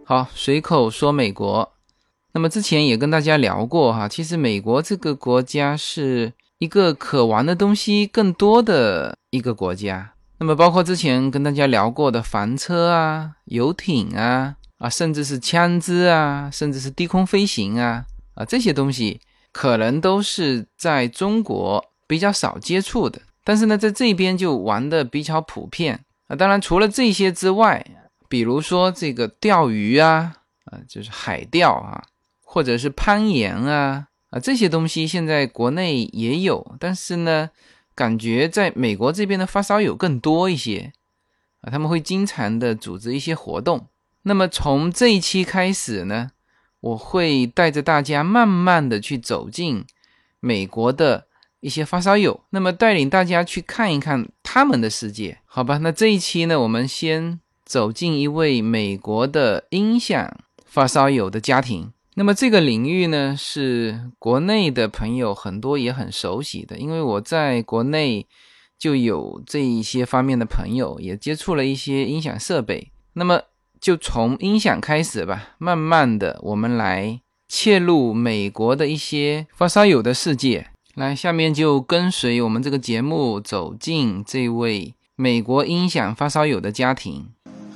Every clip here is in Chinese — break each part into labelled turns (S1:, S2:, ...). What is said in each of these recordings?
S1: 好，随口说美国。那么之前也跟大家聊过哈，其实美国这个国家是一个可玩的东西更多的一个国家。那么包括之前跟大家聊过的房车啊、游艇啊，甚至是枪支啊，甚至是低空飞行啊，这些东西可能都是在中国比较少接触的，但是呢，在这边就玩的比较普遍。当然除了这些之外，比如说这个钓鱼就是海钓或者是攀岩这些东西现在国内也有，但是呢，感觉在美国这边的发烧友更多一些他们会经常的组织一些活动。那么从这一期开始呢，我会带着大家慢慢的去走进美国的一些发烧友，那么带领大家去看一看他们的世界。好吧，那这一期呢，我们先走进一位美国的音响发烧友的家庭。那么这个领域呢，是国内的朋友很多也很熟悉的，因为我在国内就有这一些方面的朋友，也接触了一些音响设备。那么就从音响开始吧，慢慢的我们来切入美国的一些发烧友的世界。来，下面就跟随我们这个节目走进这位美国音响发烧友的家庭。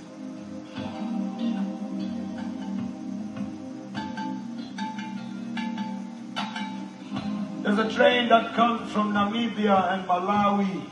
S2: There's a train that comes from Namibia and Malawi.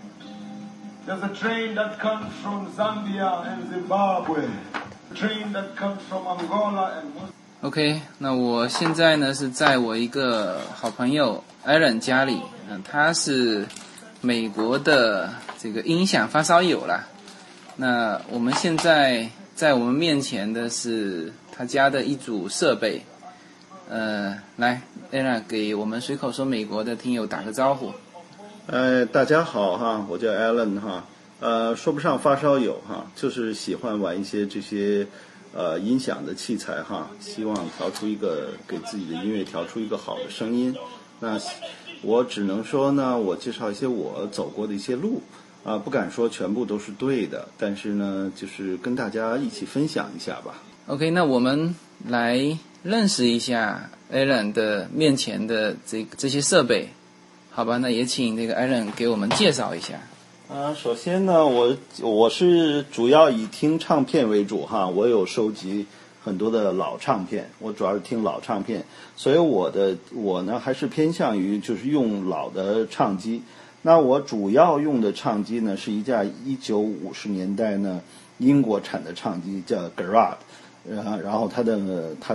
S2: There's a train that comes from Zambia and Zimbabwe. A train that comes from Angola and
S1: OK， 那我现在呢是在我一个好朋友 Alan 家里，他是美国的这个音响发烧友啦。那我们现在在我们面前的是他家的一组设备。来 Alan 给我们随口说美国的听友打个招呼。
S3: 大家好哈，我叫 Alan 哈，说不上发烧友哈，就是喜欢玩一些这些音响的器材哈，希望调出一个给自己的音乐调出一个好的声音。那我只能说呢，我介绍一些我走过的一些路不敢说全部都是对的，但是呢，就是跟大家一起分享一下吧。
S1: OK， 那我们来认识一下 Alan 的面前的这些设备，好吧？那也请这个 Alan 给我们介绍一下。
S3: 首先呢，我是主要以听唱片为主哈，我有收集很多的老唱片，我主要是听老唱片，所以我呢还是偏向于就是用老的唱机。那我主要用的唱机呢是一架1950年代呢英国产的唱机，叫 Garrard， 然后它的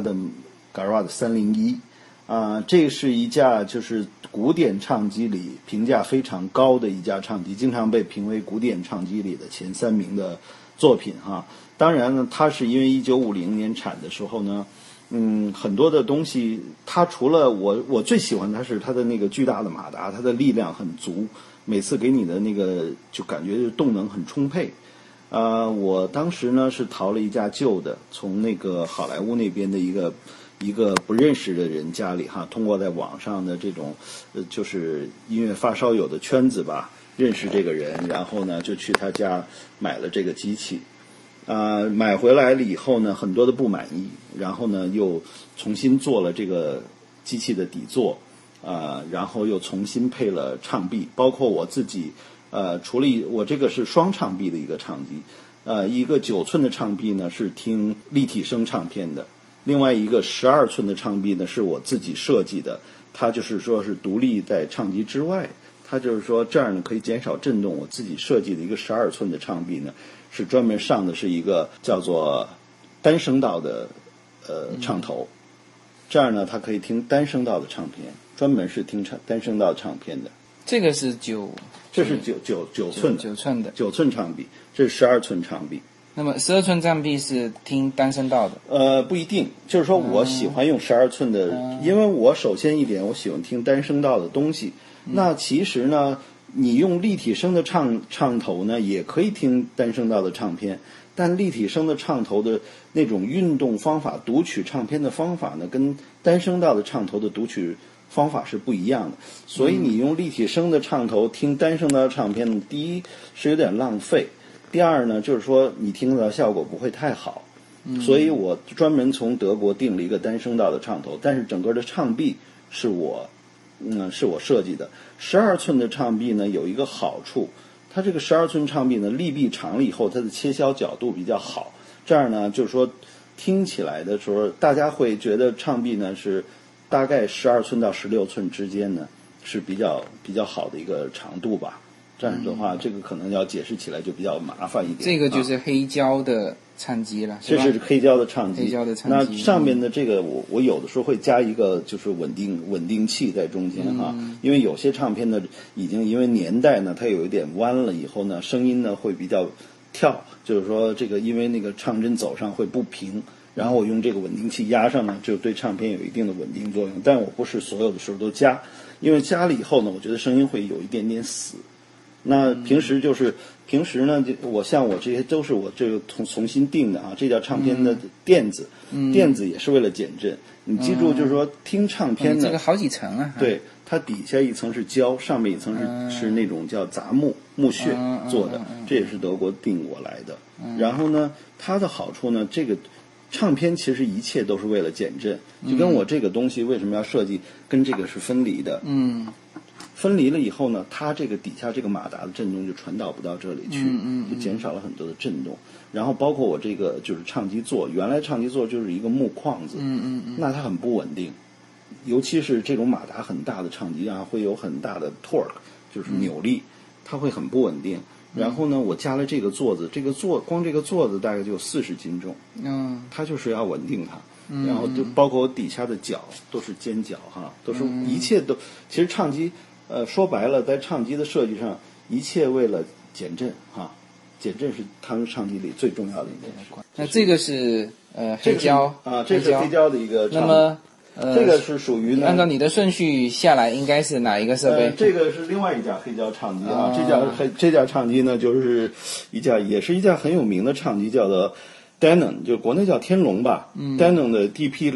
S3: Garrard 301。这是一架就是古典唱机里评价非常高的一架唱机，经常被评为古典唱机里的前3名的作品哈。当然呢，它是因为1950年产的时候呢，很多的东西，它除了我最喜欢它是它的那个巨大的马达，它的力量很足，每次给你的那个就感觉动能很充沛。我当时呢是淘了一架旧的，从那个好莱坞那边的一个不认识的人家里哈，通过在网上的这种就是音乐发烧友的圈子吧，认识这个人，然后呢就去他家买了这个机器。买回来了以后呢，很多的不满意，然后呢又重新做了这个机器的底座，然后又重新配了唱臂，包括我自己除了我这个是双唱臂的一个唱机，一个9寸的唱臂呢是听立体声唱片的，另外一个12寸的唱臂呢是我自己设计的，它就是说是独立在唱机之外，它就是说这样呢可以减少震动。我自己设计的一个12寸的唱臂呢是专门上的是一个叫做单声道的唱头，这样呢它可以听单声道的唱片，专门是听单声道唱片的。
S1: 这个是
S3: 这是9寸的9寸唱臂，这是12寸唱臂。
S1: 那么12寸唱臂是听单声道的？
S3: 不一定，就是说我喜欢用12寸的，因为我首先一点我喜欢听单声道的东西。那其实呢，你用立体声的唱头呢，也可以听单声道的唱片，但立体声的唱头的那种运动方法、读取唱片的方法呢，跟单声道的唱头的读取方法是不一样的。所以你用立体声的唱头听单声道的唱片，第一是有点浪费，第二呢就是说你听到效果不会太好。 所以我专门从德国订了一个单声道的唱头，但是整个的唱臂是我设计的。12寸的唱臂呢有一个好处，它这个12寸唱臂呢力臂长了以后，它的切削角度比较好，这样呢就是说听起来的时候，大家会觉得唱臂呢是大概12寸到16寸之间呢是比较好的一个长度吧。这样的话，这个可能要解释起来就比较麻烦一点。
S1: 这个就是黑胶的唱机了，
S3: 这是黑胶的唱机。
S1: 黑胶的唱机。
S3: 那上面的这个我有的时候会加一个就是稳定器在中间哈，因为有些唱片呢已经因为年代呢它有一点弯了以后呢，声音呢会比较跳，就是说这个因为那个唱针走上会不平。然后我用这个稳定器压上呢，就对唱片有一定的稳定作用。但我不是所有的时候都加，因为加了以后呢，我觉得声音会有一点点死。那平时呢，我这些都是我这个重新定的啊，这叫唱片的垫子，垫子也是为了减震。你记住，就是说听唱片呢，
S1: 这个好几层啊。
S3: 对，它底下一层是胶，上面一层是那种叫杂木屑做的，这也是德国订过来的。然后呢，它的好处呢，这个唱片其实一切都是为了减震，就跟我这个东西为什么要设计跟这个是分离的。分离了以后呢，它这个底下这个马达的震动就传导不到这里去，就减少了很多的震动。然后包括我这个就是唱机座，原来唱机座就是一个木框子，那它很不稳定，尤其是这种马达很大的唱机啊，会有很大的 torque， 就是扭力，它会很不稳定。然后呢，我加了这个座子，光这个座子大概就有40斤重，它就是要稳定它。然后就包括我底下的脚都是尖角哈，都是一切都，其实唱机。说白了，在唱机的设计上，一切为了减震哈，减震是他们唱机里最重要的一件事。
S1: 那这个是黑胶
S3: 啊，这是黑胶的一个唱。
S1: 那么
S3: 这个是属于呢，
S1: 按照你的顺序下来，应该是哪一个设备？
S3: 这个是另外一架黑胶唱机啊，这架唱机呢，就是也是一架很有名的唱机，叫做 Denon， 就国内叫天龙吧，Denon 的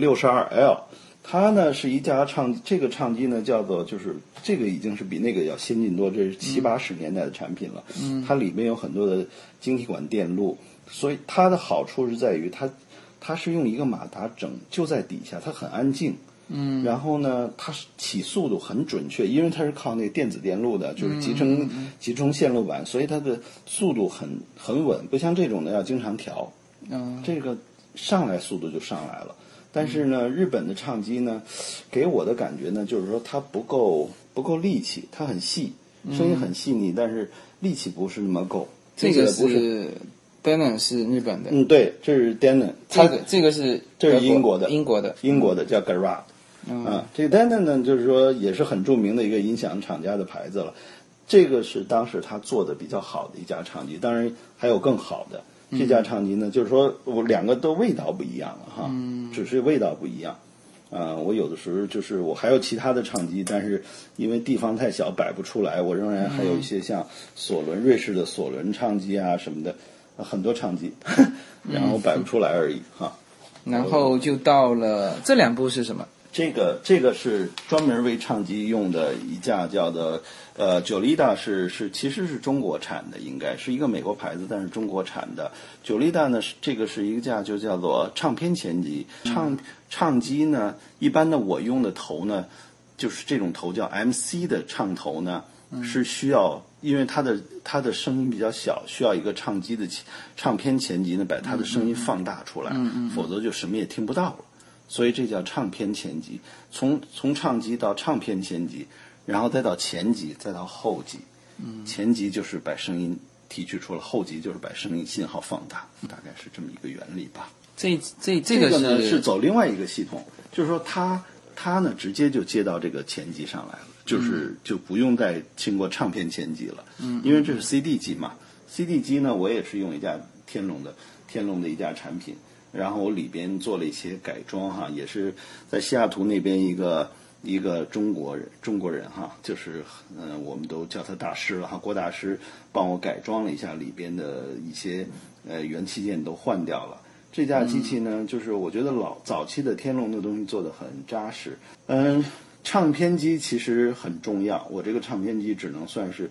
S3: DP62L。它呢是一架这个唱机呢叫做就是这个已经是比那个要先进多，这是70、80年代的产品了。它里面有很多的晶体管电路，所以它的好处是在于它是用一个马达就在底下，它很安静。然后呢，它起速度很准确，因为它是靠那电子电路的，就是集成线路板，所以它的速度很稳，不像这种的要经常调。这个上来速度就上来了。但是呢，日本的唱机呢，给我的感觉呢，就是说它不够力气，它很细，声音很细腻，但是力气不是那么够。
S1: 这个是 Denon 是日本的。
S3: 对，这是 Denon。
S1: 这个是
S3: 英国的，
S1: 英国
S3: 的叫 Garrett。这个 Denon 呢，就是说也是很著名的一个音响厂家的牌子了。这个是当时他做的比较好的一家唱机，当然还有更好的。这架唱机呢，就是说我两个都味道不一样了哈，只是味道不一样。我有的时候就是我还有其他的唱机，但是因为地方太小摆不出来，我仍然还有一些像瑞士的索伦唱机啊什么的，很多唱机，然后摆不出来而已哈。
S1: 然后就到了这两部是什么？
S3: 这个是专门为唱机用的一架叫做九利达其实是中国产的，应该是一个美国牌子，但是中国产的。九利达呢，这个是一个架就叫做唱片前机。唱机呢，一般的我用的头呢，就是这种头叫 MC 的唱头呢，是需要，因为它的声音比较小，需要一个唱机的唱片前机呢，把它的声音放大出来，否则就什么也听不到了。所以这叫唱片前机，从唱机到唱片前机，然后再到前机，再到后机。前机就是把声音提取出来，后机就是把声音信号放大，大概是这么一个原理吧。
S1: 这
S3: 个呢是走另外一个系统，就是说它呢直接就接到这个前机上来了，就不用再经过唱片前机了。因为这是 CD 机嘛。CD 机呢，我也是用一架天龙的一架产品。然后我里边做了一些改装哈，也是在西雅图那边一个中国人哈，就是我们都叫他大师了哈，郭大师帮我改装了一下里边的一些元器件都换掉了。这架机器呢，就是我觉得早期的天龙的东西做得很扎实。唱片机其实很重要，我这个唱片机只能算是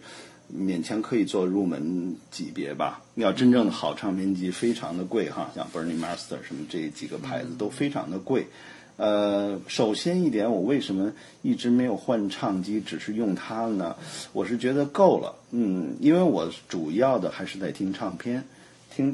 S3: 勉强可以做入门级别吧。要真正的好唱片机非常的贵哈，像 Burning Master 什么这几个牌子都非常的贵。首先一点，我为什么一直没有换唱机，只是用它呢？我是觉得够了，因为我主要的还是在听唱片，听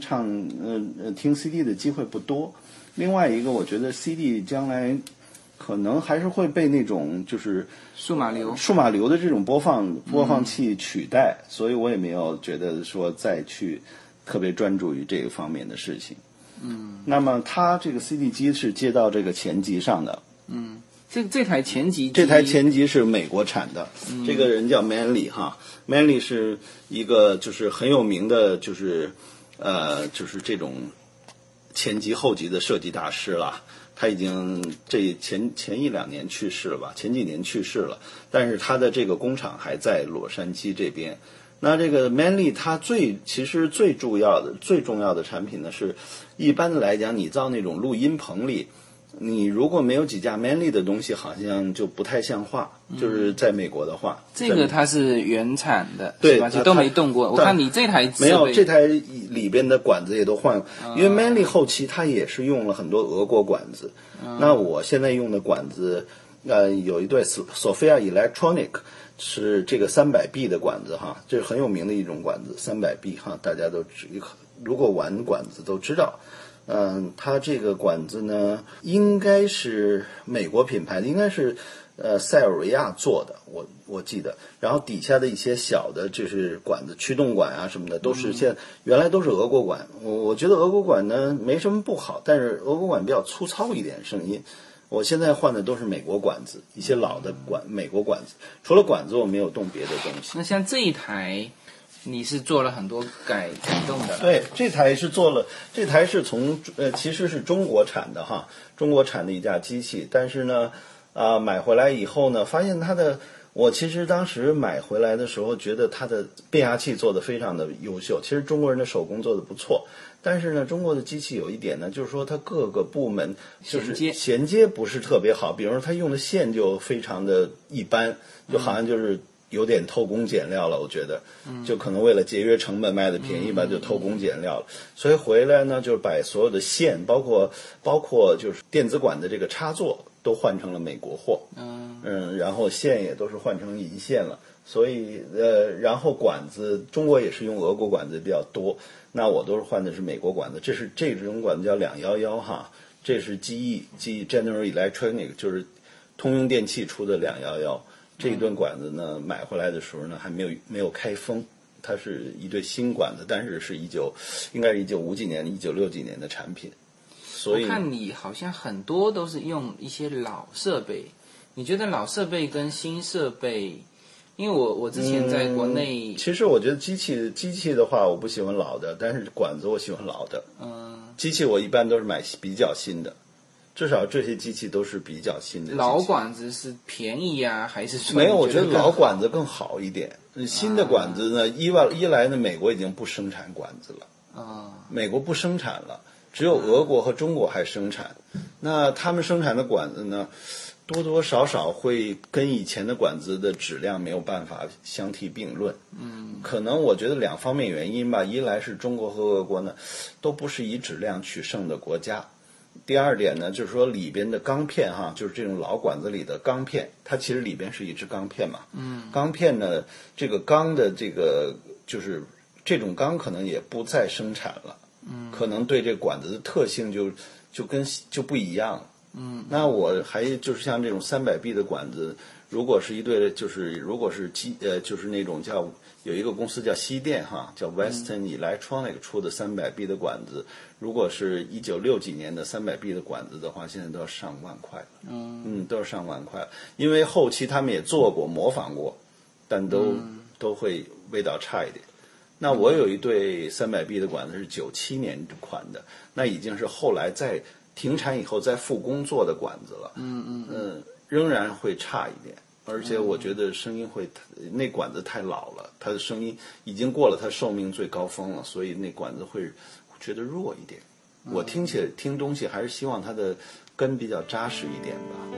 S3: CD 的机会不多。另外一个，我觉得 CD 将来可能还是会被那种就是
S1: 数码
S3: 流的这种播放器取代，所以我也没有觉得说再去特别专注于这个方面的事情。那么它这个 CD 机是接到这个前级上的。
S1: 这台前级
S3: 是美国产的，这个人叫 Manley 哈 ，Manley 是一个就是很有名的，就是这种前级后级的设计大师啦。他已经前一两年去世了吧，前几年去世了，但是他的这个工厂还在洛杉矶这边。那这个 Manley 它其实最重要的产品呢，是一般的来讲，你到那种录音棚里，你如果没有几架 Manley 的东西，好像就不太像话。就是在美国的话，
S1: 这个它是原产的，
S3: 对，
S1: 是吧？就都没动过。我看你这台
S3: 没有，这台里边的管子也都换了，因为 Manley 后期它也是用了很多俄国管子。那我现在用的管子，有一对 Sophia Electronic。是这个300B 的管子哈，这是很有名的一种管子，300B 哈，大家都如果玩管子都知道。它这个管子呢，应该是美国品牌的，应该是塞尔维亚做的，我记得。然后底下的一些小的就是管子，驱动管啊什么的，都是原来都是俄国管。我觉得俄国管呢没什么不好，但是俄国管比较粗糙一点声音。我现在换的都是美国管子，一些老的美国管子。除了管子，我没有动别的东西。
S1: 那像这一台，你是做了很多改动的？
S3: 对，这台是其实是中国产的哈，中国产的一架机器。但是呢，买回来以后呢，发现我其实当时买回来的时候，觉得它的变压器做得非常的优秀。其实中国人的手工做得不错。但是呢，中国的机器有一点呢，就是说它各个部门就是衔接不是特别好，比如说它用的线就非常的一般，就好像就是有点偷工减料了。我觉得，就可能为了节约成本卖的便宜吧，就偷工减料了。所以回来呢，就是把所有的线，包括就是电子管的这个插座都换成了美国货。然后线也都是换成银线了。所以然后管子中国也是用俄国管子比较多。那我都是换的是美国管子，这种管子叫211哈，这是GE General Electronic， 就是通用电气出的211。这一段管子呢，买回来的时候呢还没有开封，它是一对新管子，但是应该是1950几年、1960几年的产品。所以
S1: 我看你好像很多都是用一些老设备，你觉得老设备跟新设备？因为我之前在国内，
S3: 其实我觉得机器的话，我不喜欢老的，但是管子我喜欢老的。机器我一般都是买比较新的，至少这些机器都是比较新的机器。
S1: 老管子是便宜呀，还是说
S3: 没有？我觉得老管子更好一点。新的管子呢，一来呢，美国已经不生产管子了。美国不生产了，只有俄国和中国还生产。那他们生产的管子呢？多多少少会跟以前的管子的质量没有办法相提并论。可能我觉得两方面原因吧。一来是中国和俄国呢，都不是以质量取胜的国家。第二点呢，就是说里边的钢片哈，就是这种老管子里的钢片，它其实里边是一支钢片嘛。钢片呢，这个钢的这个就是这种钢可能也不再生产了。可能对这管子的特性就不一样了。那我还就是像这种300B 的管子，如果是如果是就是那种有一个公司叫西电哈，叫 Western Electronic 出的300B 的管子，如果是1960几年的300B 的管子的话，现在都要上万块了。都要上万块了，因为后期他们也做过模仿过，但都会味道差一点。那我有一对300B 的管子是97年款的，那已经是后来在停产以后再复工做的管子了。仍然会差一点，而且我觉得声音那管子太老了，它的声音已经过了它寿命最高峰了，所以那管子会觉得弱一点。我听东西还是希望它的根比较扎实一点吧。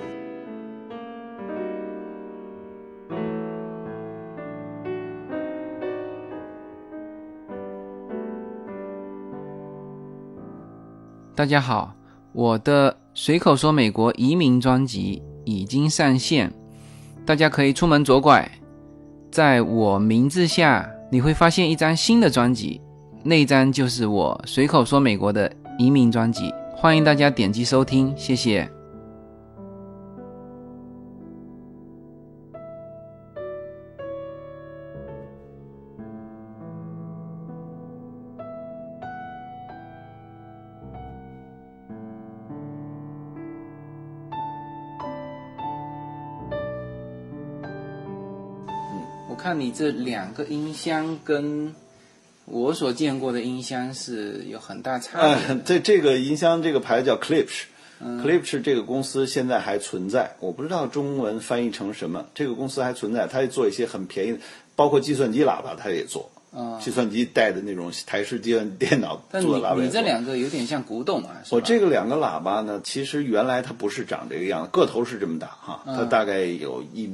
S1: 大家好，我的随口说美国移民专辑已经上线，大家可以出门左拐，在我名字下你会发现一张新的专辑，那一张就是我随口说美国的移民专辑，欢迎大家点击收听，谢谢。我看你这两个音箱跟我所见过的音箱是有很大差别。
S3: 这个音箱这个牌子叫 Klipsch，Klipsch 这个公司现在还存在，我不知道中文翻译成什么。这个公司还存在，它也做一些很便宜的，包括计算机喇叭它也做。计算机带的那种台式计算电脑做的喇叭。
S1: 但你这两个有点像古董啊。
S3: 我这个两个喇叭呢，其实原来它不是长这个样子，个头是这么大哈，它大概有1.5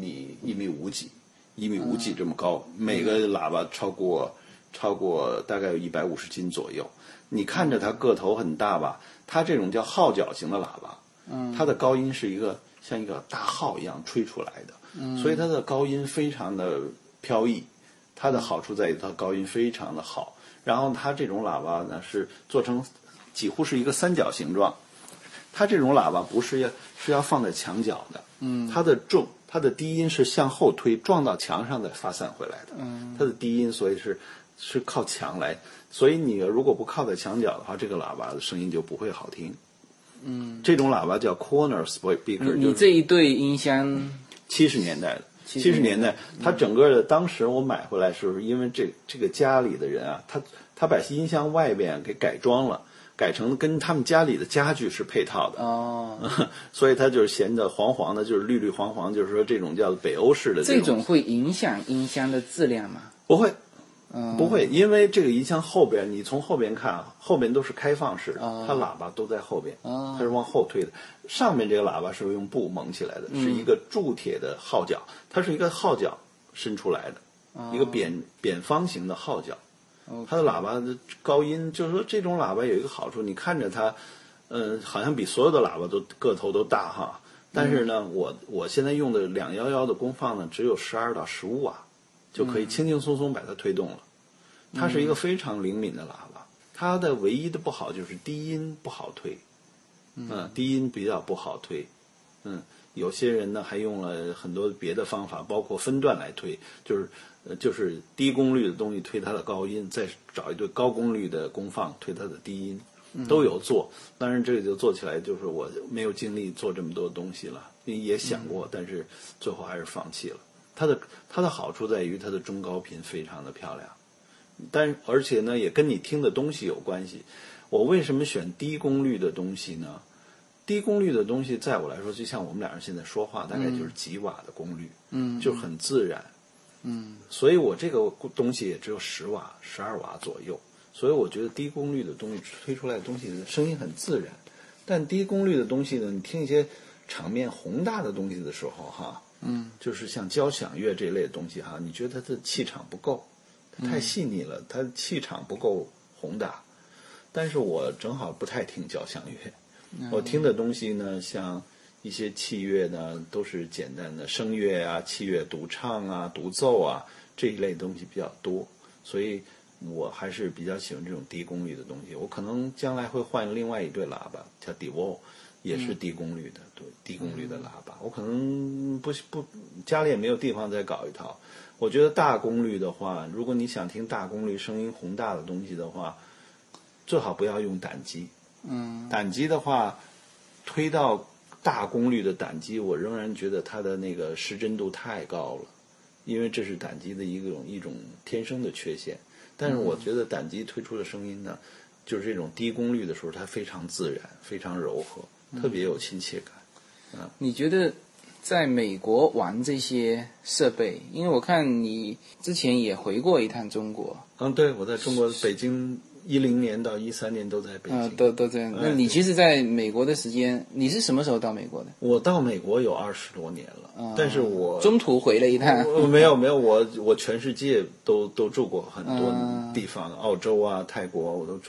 S3: 米这么高，每个喇叭超过大概有150斤左右。你看着它个头很大吧，它这种叫号角型的喇叭，它的高音是像一个大号一样吹出来的，所以它的高音非常的飘逸。它的好处在于它高音非常的好，然后它这种喇叭呢是做成几乎是一个三角形状，它这种喇叭不是要放在墙角的，它的低音是向后推，撞到墙上再发散回来的，它的低音所以是靠墙来，所以你如果不靠在墙角的话，这个喇叭的声音就不会好听。这种喇叭叫 corner speaker。
S1: 你这一对音箱
S3: 70年代的。70年代，它整个的当时我买回来是因为这个家里的人啊，他把音箱外边给改装了，改成跟他们家里的家具是配套的所以它就是显得黄黄的，就是绿绿黄黄，就是说这种叫北欧式的
S1: 这种会影响音箱的质量吗？
S3: 不会。不会，因为这个音箱后边，你从后边看，后边都是开放式的，它喇叭都在后边，它是往后推的。上面这个喇叭是用布蒙起来的，是一个铸铁的号角，它是一个号角伸出来的，一个扁方形的号角。它的喇叭的高音，就是说这种喇叭有一个好处，你看着它，好像比所有的喇叭都个头都大哈，但是呢，我现在用的211的功放呢，只有12到15瓦。就可以轻轻松松把它推动了，它是一个非常灵敏的喇叭。它的唯一的不好就是低音不好推，低音比较不好推，有些人呢还用了很多别的方法，包括分段来推，就是低功率的东西推它的高音，再找一对高功率的功放推它的低音，都有做。当然这个就做起来就是我没有精力做这么多东西了，也想过，但是最后还是放弃了。它的好处在于它的中高频非常的漂亮，而且呢也跟你听的东西有关系。我为什么选低功率的东西呢？低功率的东西在我来说，就像我们俩人现在说话，大概就是几瓦的功率，就很自然，所以我这个东西也只有10瓦、12瓦左右，所以我觉得低功率的东西推出来的东西声音很自然。但低功率的东西呢，你听一些场面宏大的东西的时候哈。就是像交响乐这类的东西哈，你觉得它的气场不够，它太细腻了，它的气场不够宏大。但是我正好不太听交响乐，我听的东西呢，像一些器乐呢，都是简单的声乐啊、器乐独唱啊、独奏啊这一类东西比较多，所以我还是比较喜欢这种低功率的东西。我可能将来会换另外一对喇叭，叫 DeWalt。也是低功率的，对，低功率的喇叭，我可能不家里也没有地方再搞一套。我觉得大功率的话，如果你想听大功率声音宏大的东西的话，最好不要用胆机。胆机的话，推到大功率的胆机，我仍然觉得它的那个失真度太高了，因为这是胆机的一种天生的缺陷。但是我觉得胆机推出的声音呢，就是这种低功率的时候，它非常自然，非常柔和。特别有亲切感。
S1: 你觉得在美国玩这些设备，因为我看你之前也回过一趟中国。
S3: 对，我在中国北京10年到13年都在北京。
S1: 都这样。那你其实在美国的时间，你是什么时候到美国的？
S3: 我到美国有20多年了，但是我
S1: 中途回了一趟。
S3: 没有，我全世界都住过很多地方，澳洲啊、泰国我都住过。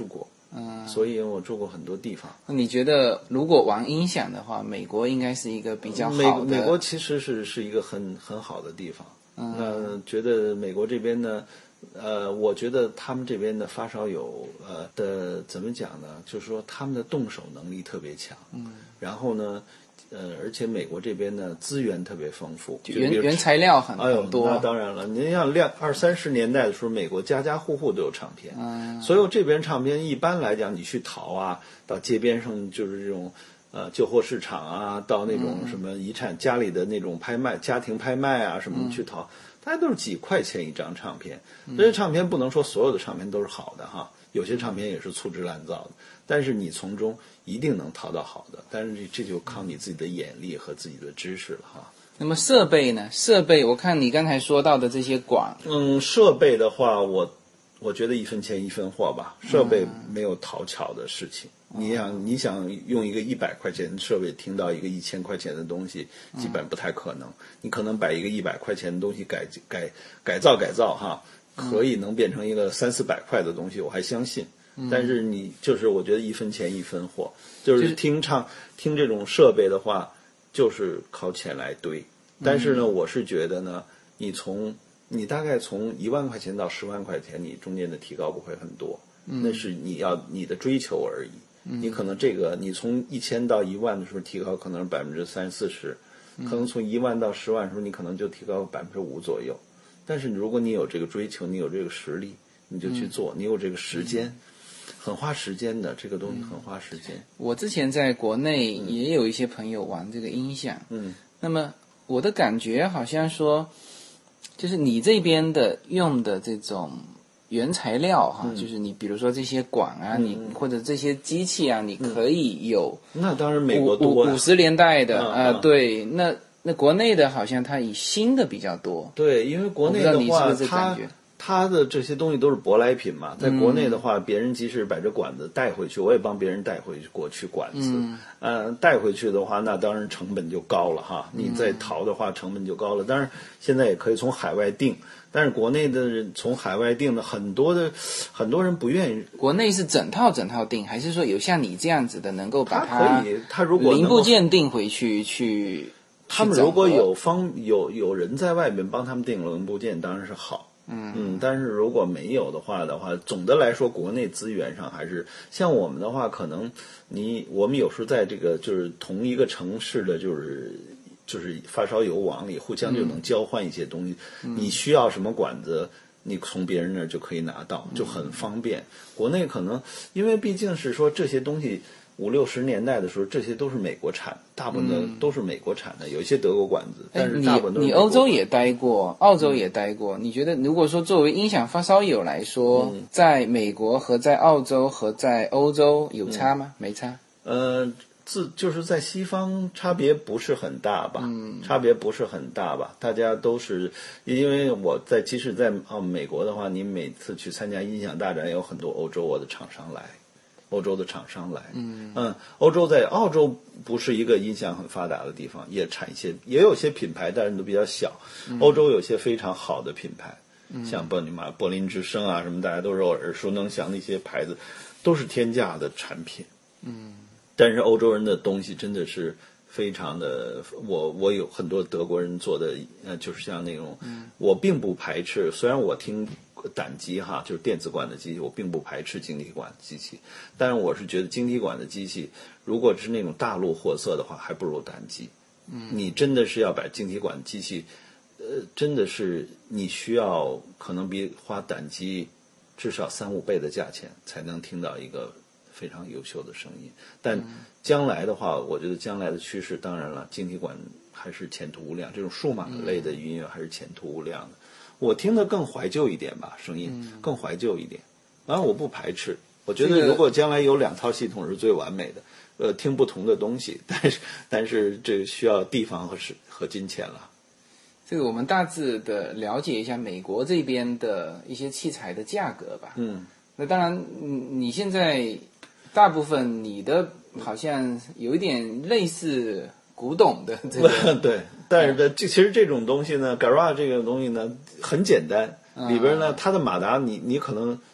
S3: 所以我住过很多地方。
S1: 你觉得如果玩音响的话，美国应该是一个比较好的？
S3: 美国其实是一个很好的地方。觉得美国这边呢，我觉得他们这边的发烧友的怎么讲呢？就是说他们的动手能力特别强。然后呢，而且美国这边呢资源特别丰富，
S1: 原材料很多。
S3: 那当然了，您像20-30年代的时候，美国家家户户都有唱片。所有这边唱片一般来讲，你去淘啊，到街边上就是这种旧货市场啊，到那种什么遗产家里的那种拍卖、家庭拍卖啊什么去淘，大家都是几块钱一张唱片。这些唱片不能说所有的唱片都是好的哈，有些唱片也是粗制滥造的，但是你从中一定能淘到好的，但是这就靠你自己的眼力和自己的知识了哈。
S1: 那么设备呢？设备我看你刚才说到的这些管，
S3: 设备的话，我觉得一分钱一分货吧，设备没有讨巧的事情。你想用一个100块钱的设备听到一个1000块钱的东西，基本不太可能。你可能把一个100块钱的东西改造哈，可以能变成一个300-400块的东西，我还相信。但是你就是我觉得一分钱一分货，就是听这种设备的话，就是靠钱来堆。但是呢，我是觉得呢，你大概从1万块钱到10万块钱，你中间的提高不会很多，那是你的追求而已。你可能你从1000到1万的时候提高可能是30-40%，可能从1万到10万的时候你可能就提高5%左右。但是如果你有这个追求，你有这个实力，你就去做，你有这个时间。很花时间的，这个东西很花时间。
S1: 我之前在国内也有一些朋友玩这个音响，那么我的感觉好像说，就是你这边的用的这种原材料哈，就是你比如说这些管啊，你或者这些机器啊，你可以有
S3: 那当然美国多
S1: 50年代的对，那国内的好像它以新的比较多。
S3: 对，因为国内的话，
S1: 我不知道你是不是这感觉？
S3: 它的这些东西都是舶来品嘛，在国内的话，别人即使把这管子带回去，我也帮别人带回去过去管子。带回去的话，那当然成本就高了哈。你再淘的话，成本就高了。当然现在也可以从海外订，但是国内的人从海外订的很多人不愿意。
S1: 国内是整套订，还是说有像你这样子的能够把它
S3: 如果
S1: 零部件订回去？
S3: 他们如果有人在外面帮他们订零部件，当然是好。但是如果没有的话，总的来说，国内资源上还是像我们的话，可能我们有时候在这个就是同一个城市的就是发烧友网里互相就能交换一些东西。你需要什么管子，你从别人那儿就可以拿到，就很方便。国内可能因为毕竟是说这些东西。50-60年代的时候，这些都是美国产，大部分的都是美国产的，有一些德国管子，但是大部分都是美国产。你
S1: 欧洲也待过，澳洲也待过，你觉得如果说作为音响发烧友来说，在美国和在澳洲和在欧洲有差吗？没差。
S3: 就是在西方差别不是很大吧，差别不是很大吧，大家都是因为即使在美国的话，你每次去参加音响大展，有很多欧洲的厂商来。欧洲的厂商来，澳洲不是一个音响很发达的地方，也也有些品牌，但是都比较小。欧洲有些非常好的品牌，像柏林之声啊什么，大家都是耳熟能详的一些牌子，都是天价的产品。但是欧洲人的东西真的是非常的，我有很多德国人做的，就是像那种，我并不排斥，虽然我听。胆机哈，就是电子管的机器，我并不排斥晶体管的机器，但是我是觉得晶体管的机器，如果是那种大陆货色的话，还不如胆机。你真的是要把晶体管机器，真的是你需要可能比花胆机至少3-5倍的价钱才能听到一个非常优秀的声音。但将来的话，我觉得将来的趋势，当然了，晶体管还是前途无量，这种数码类的音乐还是前途无量的。我听得更怀旧一点吧，声音更怀旧一点。当然我不排斥，我觉得如果将来有2套系统是最完美的。听不同的东西，但是这需要地方和金钱了。
S1: 这个我们大致的了解一下美国这边的一些器材的价格吧。那当然，你现在大部分你的好像有一点类似古董的这个
S3: 对。但是其实这种东西呢 ，Garage 这个东西呢很简单，里边呢它的马达你可能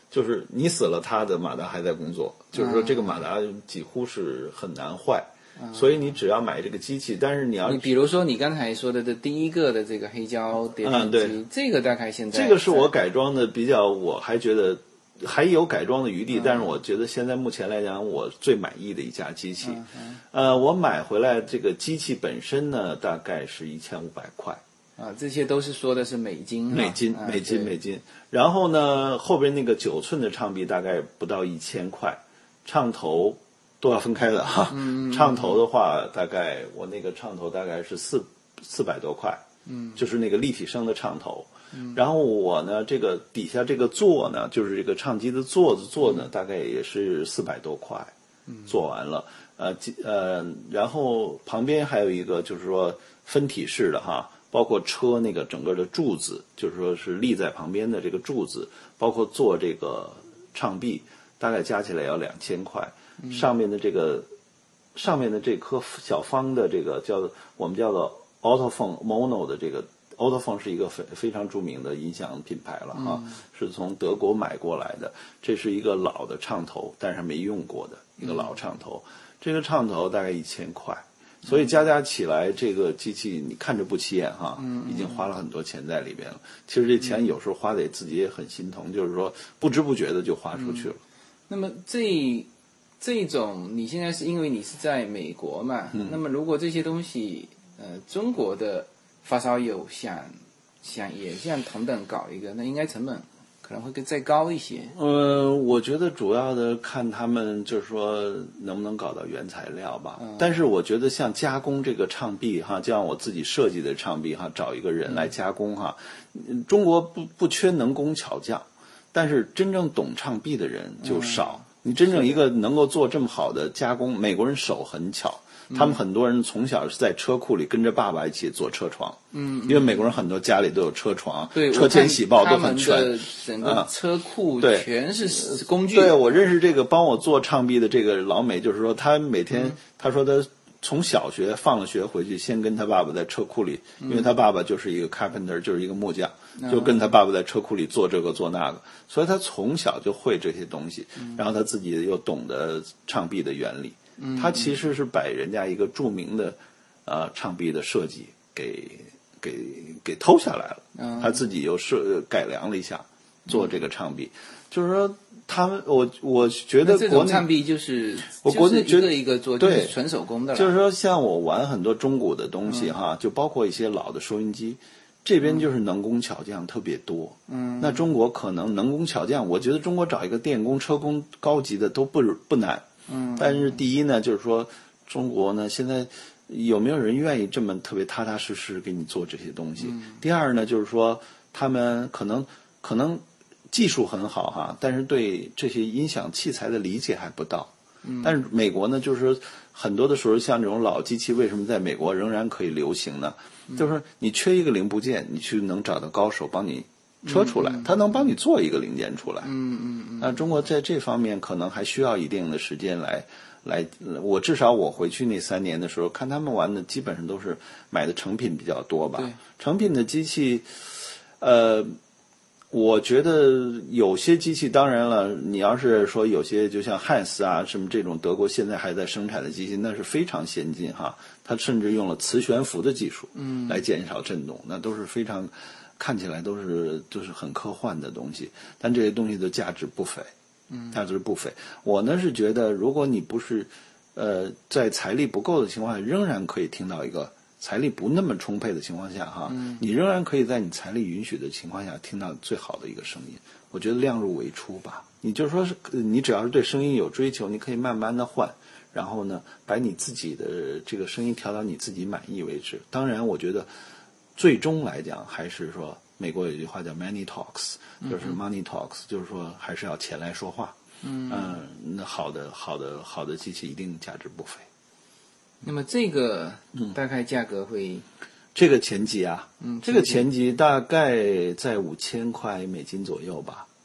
S3: 就是你死了，它的马达还在工作，就是说这个马达几乎是很难坏。所以你只要买这个机器，但是你
S1: 比如说你刚才说的第一个的这个黑胶碟片机，
S3: 对，
S1: 这个大概现在
S3: 这个是我改装的比较，我还觉得还有改装的余地，但是我觉得现在目前来讲，我最满意的一架机器。我买回来这个机器本身呢，大概是1500块。
S1: 这些都是说的是美金。
S3: 美金。然后呢，后边那个9寸的唱臂大概不到1000块，唱头都要分开的哈。唱头的话，大概我那个唱头大概是400多块，就是那个立体声的唱头。然后我呢，这个底下这个座呢，就是这个唱机的座呢，大概也是400多块，做完了。然后旁边还有一个就是说分体式的哈。包括车那个整个的柱子，就是说是立在旁边的这个柱子，包括做这个唱臂，大概加起来要2000块。上面的这颗小方的这个我们叫做 Autophone Mono 的这个 Autophone 是一个非常著名的音响品牌了哈，是从德国买过来的。这是一个老的唱头，但是没用过的一个老唱头。这个唱头大概1000块。所以加起来，这个机器你看着不起眼哈，已经花了很多钱在里边了。其实这钱有时候花的自己也很心疼，就是说不知不觉的就花出去了。
S1: 那么这种你现在是因为你是在美国嘛？那么如果这些东西，中国的发烧友想也像同等搞一个，那应该成本可能会再高一些。
S3: 我觉得主要的看他们就是说能不能搞到原材料吧。但是我觉得像加工这个唱臂哈，就像我自己设计的唱臂哈，找一个人来加工哈。中国不缺能工巧匠，但是真正懂唱臂的人就少。你真正一个能够做这么好的加工，美国人手很巧。他们很多人从小是在车库里跟着爸爸一起做车床，因为美国人很多家里都有车床，
S1: 对，
S3: 车间铣刨都很全，
S1: 整个车库全是工具。
S3: 对，我认识这个帮我做唱臂的这个老美，就是说他每天他说他从小学放了学回去，先跟他爸爸在车库里，因为他爸爸就是一个 carpenter， 就是一个木匠，就跟他爸爸在车库里做这个做那个，所以他从小就会这些东西，然后他自己又懂得唱臂的原理。他其实是把人家一个著名的唱臂的设计给偷下来了，他自己又改良了一下做这个唱臂，就是说他们我觉得
S1: 这种唱臂就是
S3: 我国内觉得
S1: 一个做就是纯手工的了，
S3: 就是说像我玩很多中古的东西哈，就包括一些老的收音机。这边就是能工巧匠特别多，那中国可能能工巧匠，我觉得中国找一个电工、车工高级的都不难，但是第一呢，就是说中国呢现在有没有人愿意这么特别踏踏实实给你做这些东西？第二呢，就是说他们可能技术很好哈，但是对这些音响器材的理解还不到。但是美国呢，就是说很多的时候，像这种老机器，为什么在美国仍然可以流行呢？就是说你缺一个零部件，你去能找到高手帮你车出来，他能帮你做一个零件出来。那中国在这方面可能还需要一定的时间来。我至少我回去那3年的时候，看他们玩的基本上都是买的成品比较多吧。成品的机器，我觉得有些机器，当然了，你要是说有些就像汉斯啊什么这种德国现在还在生产的机器，那是非常先进哈。它甚至用了磁悬浮的技术，来减少震动，那都是非常看起来都是很科幻的东西。但这些东西的价值不菲，价值不菲。我呢是觉得，如果你不是在财力不够的情况下，仍然可以听到一个。财力不那么充沛的情况下哈，你仍然可以在你财力允许的情况下听到最好的一个声音。我觉得量入为出吧，你就说是你只要是对声音有追求，你可以慢慢的换，然后呢，把你自己的这个声音调到你自己满意为止。当然，我觉得最终来讲还是说，美国有一句话叫 money talks， 就是 money talks， 就是说还是要钱来说话。那好的机器一定价值不菲。
S1: 那么这个大概价格会，
S3: 这个前级啊，这个前级大概在5000块美金左右吧。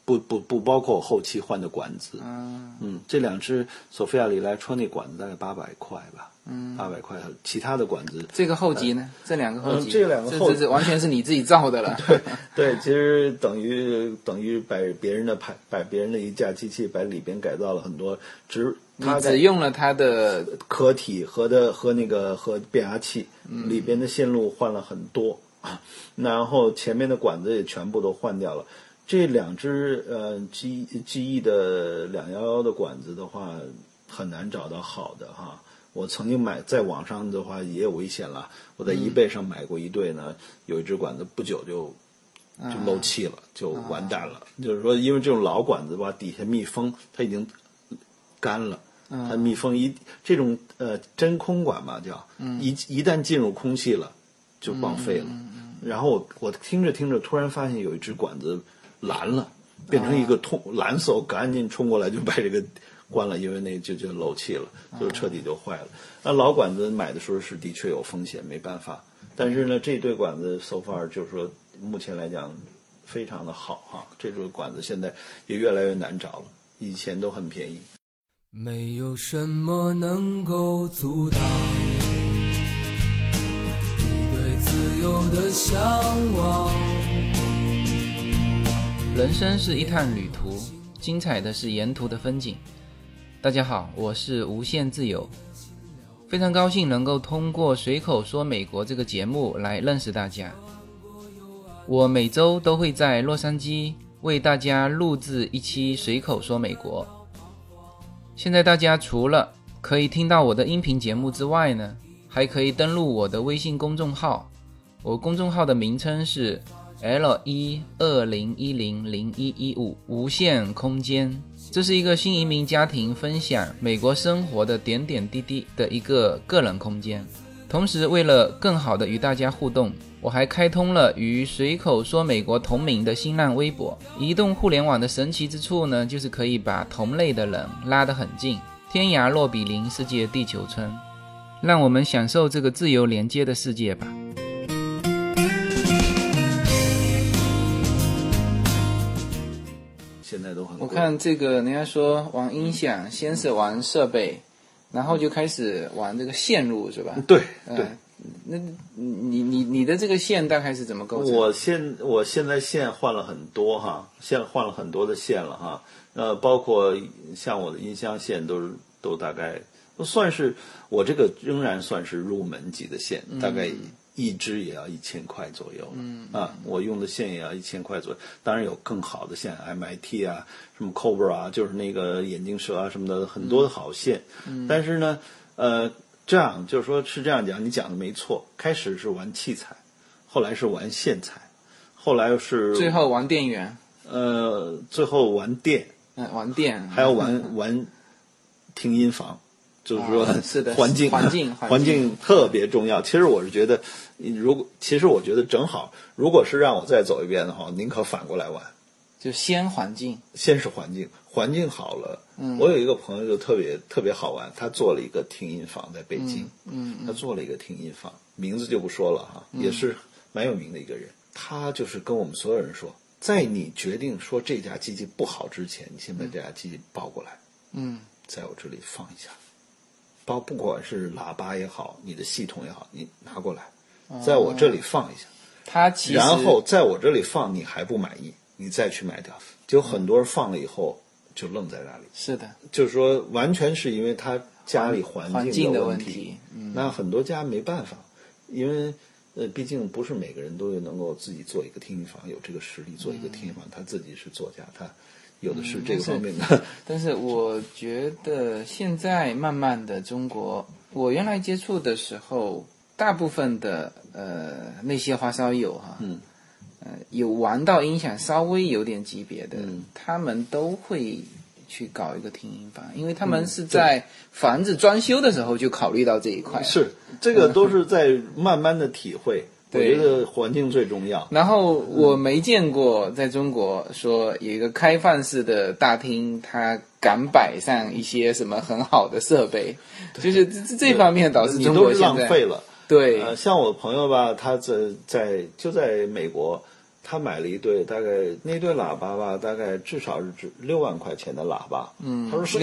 S3: 不包括我后期换的管子。这两只索菲亚里莱戳那管子大概800块吧。800块，其他的管子。
S1: 这个后级呢？这两个后级，
S3: 这两个后级
S1: 这完全是你自己造的了。
S3: 对，其实等于把别人的一架机器把里边改造了很多，
S1: 你只用了它的
S3: 壳体和变压器，里边的线路换了很多，然后前面的管子也全部都换掉了。这两只GE 的211的管子的话，很难找到好的哈。我曾经在网上的话也有危险了，我在eBay上买过一对呢，有一只管子不久就漏气了，就完蛋了。就是说，因为这种老管子吧，底下密封它已经干了，它密封这种真空管嘛叫，一旦进入空气了就报废了。然后我听着突然发现有一只管子蓝了，变成一个蓝色，我赶紧冲过来就把这个关了，因为那就漏气了，就彻底就坏了。那老管子买的时候是的确有风险，没办法。但是呢，这对管子 so far 就是说目前来讲非常的好哈。这对管子现在也越来越难找了，以前都很便宜。
S4: 没有什么能够阻挡你对自由的向往。
S1: 人生是一趟旅途，精彩的是沿途的风景。大家好，我是无限自由，非常高兴能够通过随口说美国这个节目来认识大家。我每周都会在洛杉矶为大家录制一期随口说美国。现在大家除了可以听到我的音频节目之外呢，还可以登录我的微信公众号，我公众号的名称是 L120101115 无限空间。这是一个新移民家庭分享美国生活的点点滴滴的一个个人空间。同时为了更好的与大家互动，我还开通了与随口说美国同名的新浪微博。移动互联网的神奇之处呢，就是可以把同类的人拉得很近，天涯若比邻，世界地球村。让我们享受这个自由连接的世界吧。
S3: 现在都很贵。
S1: 我看这个人家说玩音响先是玩设备，然后就开始玩这个线路是吧？
S3: 对对。
S1: 那你的这个线大概是怎么构成？
S3: 我现在线换了很多哈，换了很多的线了哈。包括像我的音箱线都大概都算是我这个仍然算是入门级的线，大概一支也要1000块左右。我用的线也要1000块左右。当然有更好的线 ，MIT 啊，什么 Cobra 啊，就是那个眼镜蛇啊什么的，很多的好线。但是呢，这样就是说是这样讲，你讲的没错。开始是玩器材，后来是玩线材，后来是
S1: 最后玩电源。
S3: 最后玩电，
S1: 玩电，
S3: 还要玩听音房。就是说，
S1: 是的，
S3: 环境特别重要。其实我是觉得，其实我觉得正好，如果是让我再走一遍的话，宁可反过来玩。
S1: 就先环境，
S3: 先是环境好了。我有一个朋友就特别好玩，他做了一个听音房在北京。他做了一个听音房，名字就不说了哈，也是蛮有名的一个人。他就是跟我们所有人说，在你决定说这架机器不好之前，你先把这架机器抱过来，在我这里放一下。不管是喇叭也好，你的系统也好，你拿过来，在我这里放一下。然后在我这里放，你还不满意，你再去买掉。就很多人放了以后就愣在那里。是的，就是说完全是因为他家里环境的问题。那很多家没办法，因为毕竟不是每个人都能够自己做一个听音房，有这个实力做一个听音房。他自己是作家，他有的是这个方面的。
S1: 但是我觉得现在慢慢的中国，我原来接触的时候，大部分的那些发烧友哈，有玩到音响稍微有点级别的，他们都会去搞一个听音房，因为他们是在房子装修的时候就考虑到这一块。
S3: 是，这个都是在慢慢的体会。我觉得环境最重要。
S1: 然后我没见过在中国说有一个开放式的大厅，它敢摆上一些什么很好的设备，就是这方面导致中国现在
S3: 你都是浪费了。
S1: 对，
S3: 像我朋友吧，他就在美国， 他买了一对，大概那对喇叭吧，大概至少是6万块钱的喇叭。他说是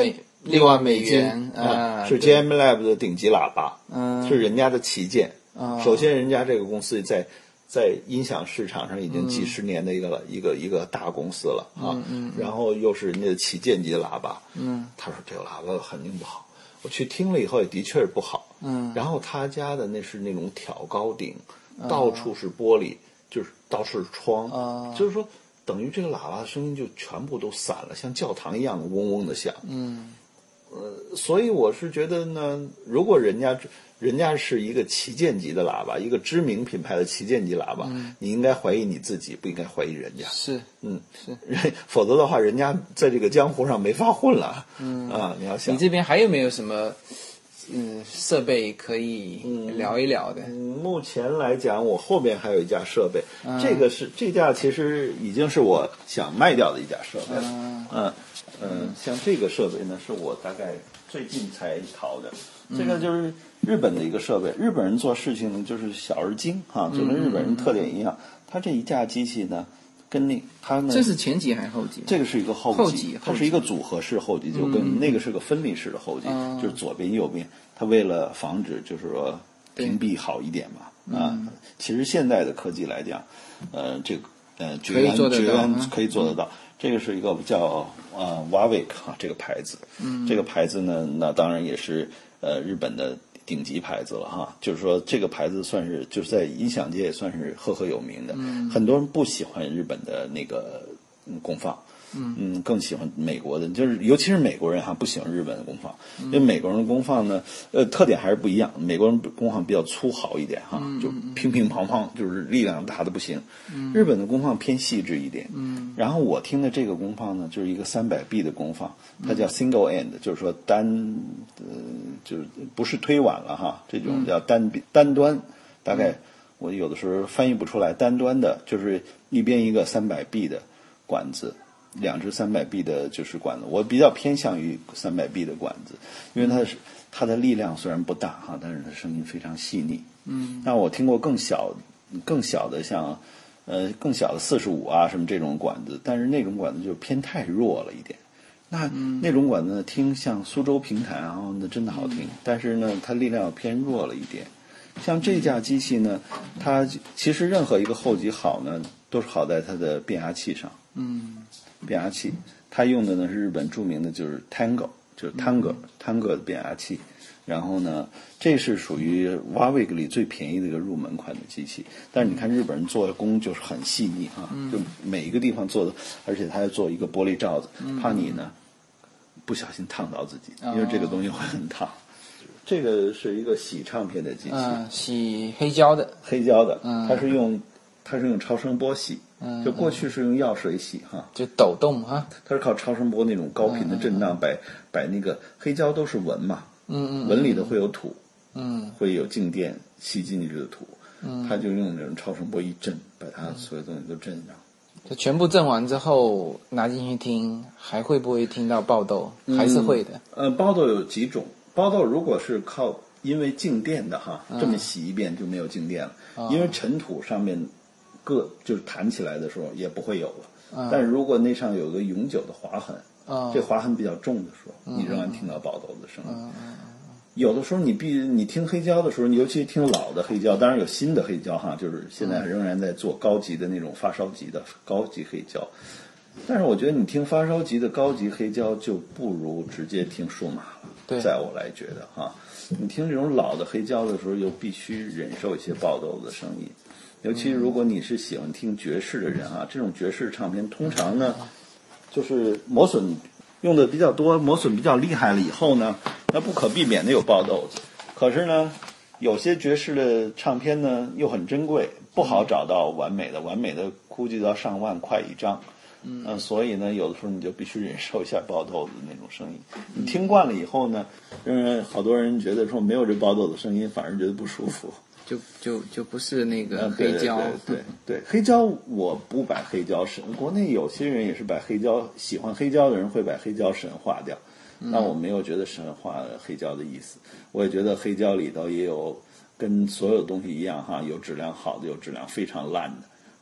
S1: 6万美元啊，
S3: 是 JM Lab 的顶级喇叭，是人家的旗舰。首先，人家这个公司在音响市场上已经几十年的一个大公司了啊。然后又是人家的旗舰级的喇叭。他说这个喇叭肯定不好。我去听了以后也的确是不好。然后他家的那是那种挑高顶，到处是玻璃，就是到处是窗，就是说等于这个喇叭的声音就全部都散了，像教堂一样嗡嗡的响。所以我是觉得呢，如果人家是一个旗舰级的喇叭，一个知名品牌的旗舰级喇叭，你应该怀疑你自己，不应该怀疑人家。
S1: 是，
S3: 否则的话，人家在这个江湖上没法混了。你要想，
S1: 你这边还有没有什么设备可以聊一聊的？
S3: 目前来讲，我后边还有一架设备，这架其实已经是我想卖掉的一架设备了。像这个设备呢，是我大概最近才淘的。这个就是日本的一个设备。日本人做事情呢，就是小而精就跟日本人特点一样。他这一架机器呢，跟它呢，
S1: 这是前级还是后级？
S3: 这个是一个后级，它是一个组合式后级，就跟那个是个分离式的后级，就是左边右边。它为了防止就是说屏蔽好一点嘛。其实现在的科技来讲，这个绝缘可以做得到。这个是一个叫Warwick 这个牌子。这个牌子呢，那当然也是日本的顶级牌子了就是说这个牌子算是就是在音响界也算是赫赫有名的。很多人不喜欢日本的那个功放。更喜欢美国的，就是尤其是美国人不喜欢日本的功放，因为美国人的功放呢，特点还是不一样。美国人功放比较粗豪一点就乒乒乓乓，就是力量大的不行。日本的功放偏细致一点。然后我听的这个功放呢，就是一个300B 的功放，它叫 single end，就是说就是不是推挽了这种叫单端，大概我有的时候翻译不出来，单端的就是一边一个300B 的管子。2只300B 的就是管子，我比较偏向于300B 的管子，因为它的力量虽然不大但是它声音非常细腻。那我听过更小的像更小的45什么这种管子，但是那种管子就偏太弱了一点。那种管子呢，听像苏州评弹那真的好听，但是呢它力量偏弱了一点。像这架机器呢，它其实任何一个后级好呢，都是好在它的变压器上。变压器，它用的呢是日本著名的就是 Tango， 就是 Tango 的变压器。然后呢，这是属于 Warwick 里最便宜的一个入门款的机器。但是你看日本人做的工就是很细腻就每一个地方做的，而且他还做一个玻璃罩子，怕你呢不小心烫到自己，因为这个东西会很烫。这个是一个洗唱片的机器，
S1: 洗黑胶的，
S3: 它是用超声波洗。就过去是用药水洗
S1: 就抖动
S3: 它是靠超声波那种高频的震荡把那个黑胶都是纹嘛，纹里头会有土，会有静电吸进去的土，它就用那种超声波一震，把它所有东西都震上。
S1: 就全部震完之后拿进去听，还会不会听到爆豆？还是会的。
S3: 爆豆有几种，爆豆如果是靠因为静电的这么洗一遍就没有静电了，因为尘土上面就是弹起来的时候也不会有了。但是如果那上有个永久的划痕，这划痕比较重的时候，你仍然听到爆豆的声音。有的时候你听黑胶的时候，你尤其听老的黑胶，当然有新的黑胶就是现在仍然在做高级的那种发烧级的高级黑胶。但是我觉得你听发烧级的高级黑胶就不如直接听数码了，在我来觉得你听这种老的黑胶的时候，又必须忍受一些爆豆的声音。尤其如果你是喜欢听爵士的人这种爵士唱片通常呢，就是磨损用的比较多，磨损比较厉害了以后呢，那不可避免的有爆豆子。可是呢，有些爵士的唱片呢又很珍贵，不好找到完美的估计都要上万块一张。所以呢，有的时候你就必须忍受一下爆豆子的那种声音。你听惯了以后呢，好多人觉得说没有这爆豆的声音，反而觉得不舒服。
S1: 就不是那个黑胶。
S3: 对，黑胶我不把黑胶神，国内有些人也是把黑胶，喜欢黑胶的人会把黑胶神化掉。那我没有觉得神化黑胶的意思，我也觉得黑胶里头也有跟所有东西一样有质量好的，有质量非常烂的。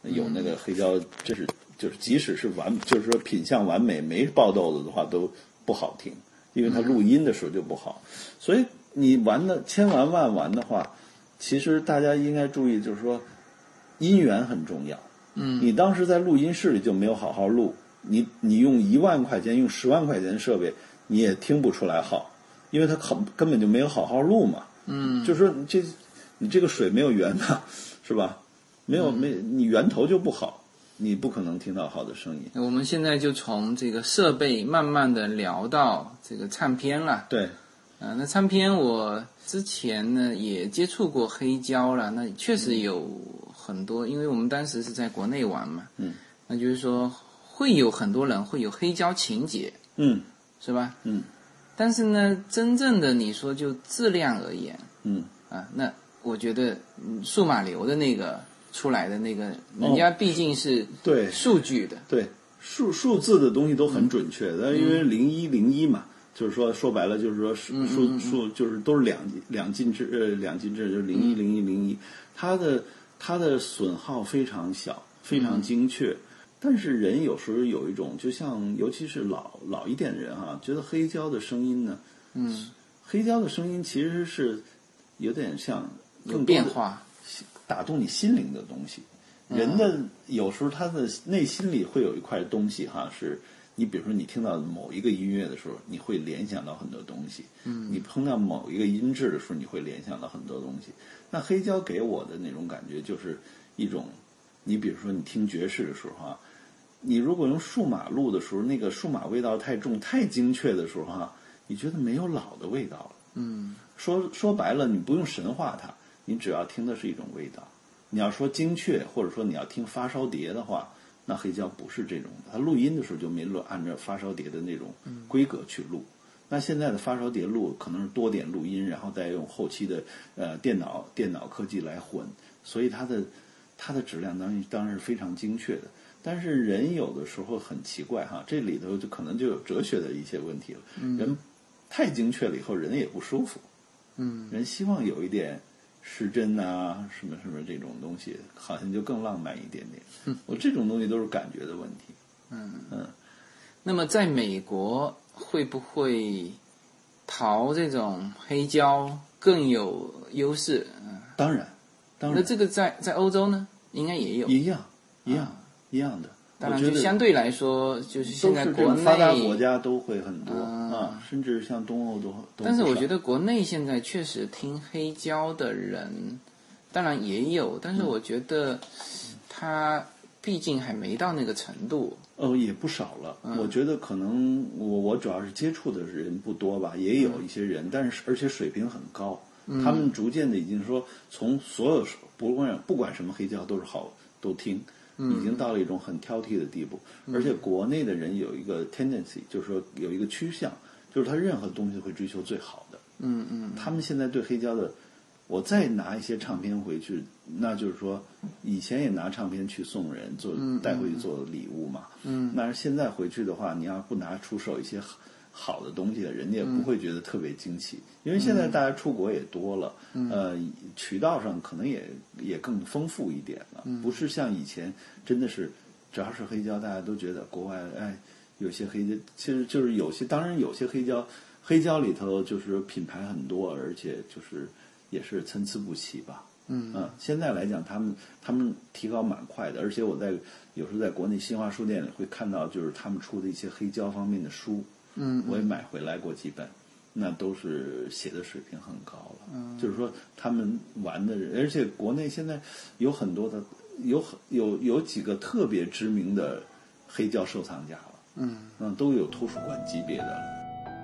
S3: 有那个黑胶，就是即使是就是说品相完美没爆豆子的话都不好听，因为它录音的时候就不好。所以你玩的千玩万玩的话，其实大家应该注意，就是说音源很重要。你当时在录音室里就没有好好录，你用1万块钱用10万块钱的设备你也听不出来好，因为它根本就没有好好录嘛。就是说你这个水没有源的，是吧？你源头就不好，你不可能听到好的声音。
S1: 我们现在就从这个设备慢慢的聊到这个唱片了。
S3: 对，
S1: 那唱片我之前呢也接触过黑胶了，那确实有很多，因为我们当时是在国内玩嘛，那就是说会有很多人会有黑胶情节，是吧？但是呢，真正的你说就质量而言，那我觉得数码流的那个出来的那个，人家毕竟是
S3: 对
S1: 数据的，
S3: 对数字的东西都很准确的，因为0101嘛，就是说白了就是说数就是都是两进制，就是010101，它的损耗非常小，非常精确。但是人有时候有一种，就像尤其是老一点的人哈，觉得黑胶的声音呢，黑胶的声音其实是有点像
S1: 有变化，
S3: 打动你心灵的东西。人的有时候他的内心里会有一块东西哈，是你比如说你听到某一个音乐的时候，你会联想到很多东西。你碰到某一个音质的时候，你会联想到很多东西。那黑胶给我的那种感觉就是一种，你比如说你听爵士的时候哈，你如果用数码录的时候，那个数码味道太重、太精确的时候哈，你觉得没有老的味道了。说白了，你不用神化它，你只要听的是一种味道。你要说精确，或者说你要听发烧碟的话，那黑胶不是这种的，它录音的时候就没按照发烧碟的那种规格去录。那现在的发烧碟录可能是多点录音，然后再用后期的电脑科技来混，所以它的质量当然是非常精确的。但是人有的时候很奇怪哈，这里头就可能就有哲学的一些问题了。人太精确了以后，人也不舒服。人希望有一点失真啊，什么什么这种东西，好像就更浪漫一点点。我这种东西都是感觉的问题。
S1: 那么在美国会不会淘这种黑胶更有优势？
S3: 当然。
S1: 那这个在欧洲呢，应该也有。一样的。
S3: 当然，就
S1: 相对来说，就是现在国内
S3: 发达国家都会很多甚至像东欧都。
S1: 但是我觉得国内现在确实听黑胶的人，当然也有，但是我觉得他毕竟还没到那个程度。
S3: 也不少了。我觉得可能我主要是接触的人不多吧，也有一些人，但是而且水平很高。他们逐渐的已经说，从所有不管什么黑胶都是好都听。已经到了一种很挑剔的地步。而且国内的人有一个 tendency， 就是说有一个趋向，就是他任何东西会追求最好的。他们现在对黑胶的，我再拿一些唱片回去，那就是说以前也拿唱片去送人带回去做礼物嘛。那现在回去的话，你要不拿出手一些好的东西，人家也不会觉得特别惊奇，因为现在大家出国也多了，渠道上可能也更丰富一点了，不是像以前真的是只要是黑胶，大家都觉得国外有些黑胶，其实就是当然有些黑胶里头就是品牌很多，而且就是也是参差不齐吧。现在来讲，他们提高蛮快的，而且我有时候在国内新华书店里会看到，就是他们出的一些黑胶方面的书。我也买回来过几本，那都是写的水平很高了。就是说他们玩的人，而且国内现在有很多的有几个特别知名的黑胶收藏家了。都有图书馆级别的了。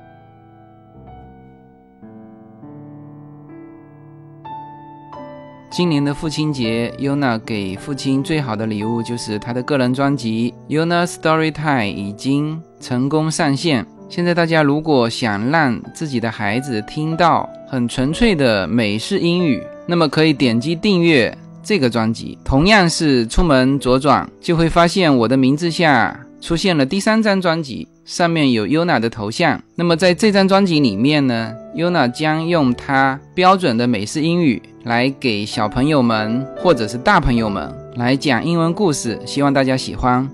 S1: 今年的父亲节 ，Yona 给父亲最好的礼物就是他的个人专辑 Yona Storytime 已经成功上线。现在大家如果想让自己的孩子听到很纯粹的美式英语，那么可以点击订阅这个专辑。同样是出门左转，就会发现我的名字下出现了第3张专辑，上面有 Yona 的头像。那么在这张专辑里面呢， Yona 将用他标准的美式英语来给小朋友们或者是大朋友们来讲英文故事，希望大家喜欢。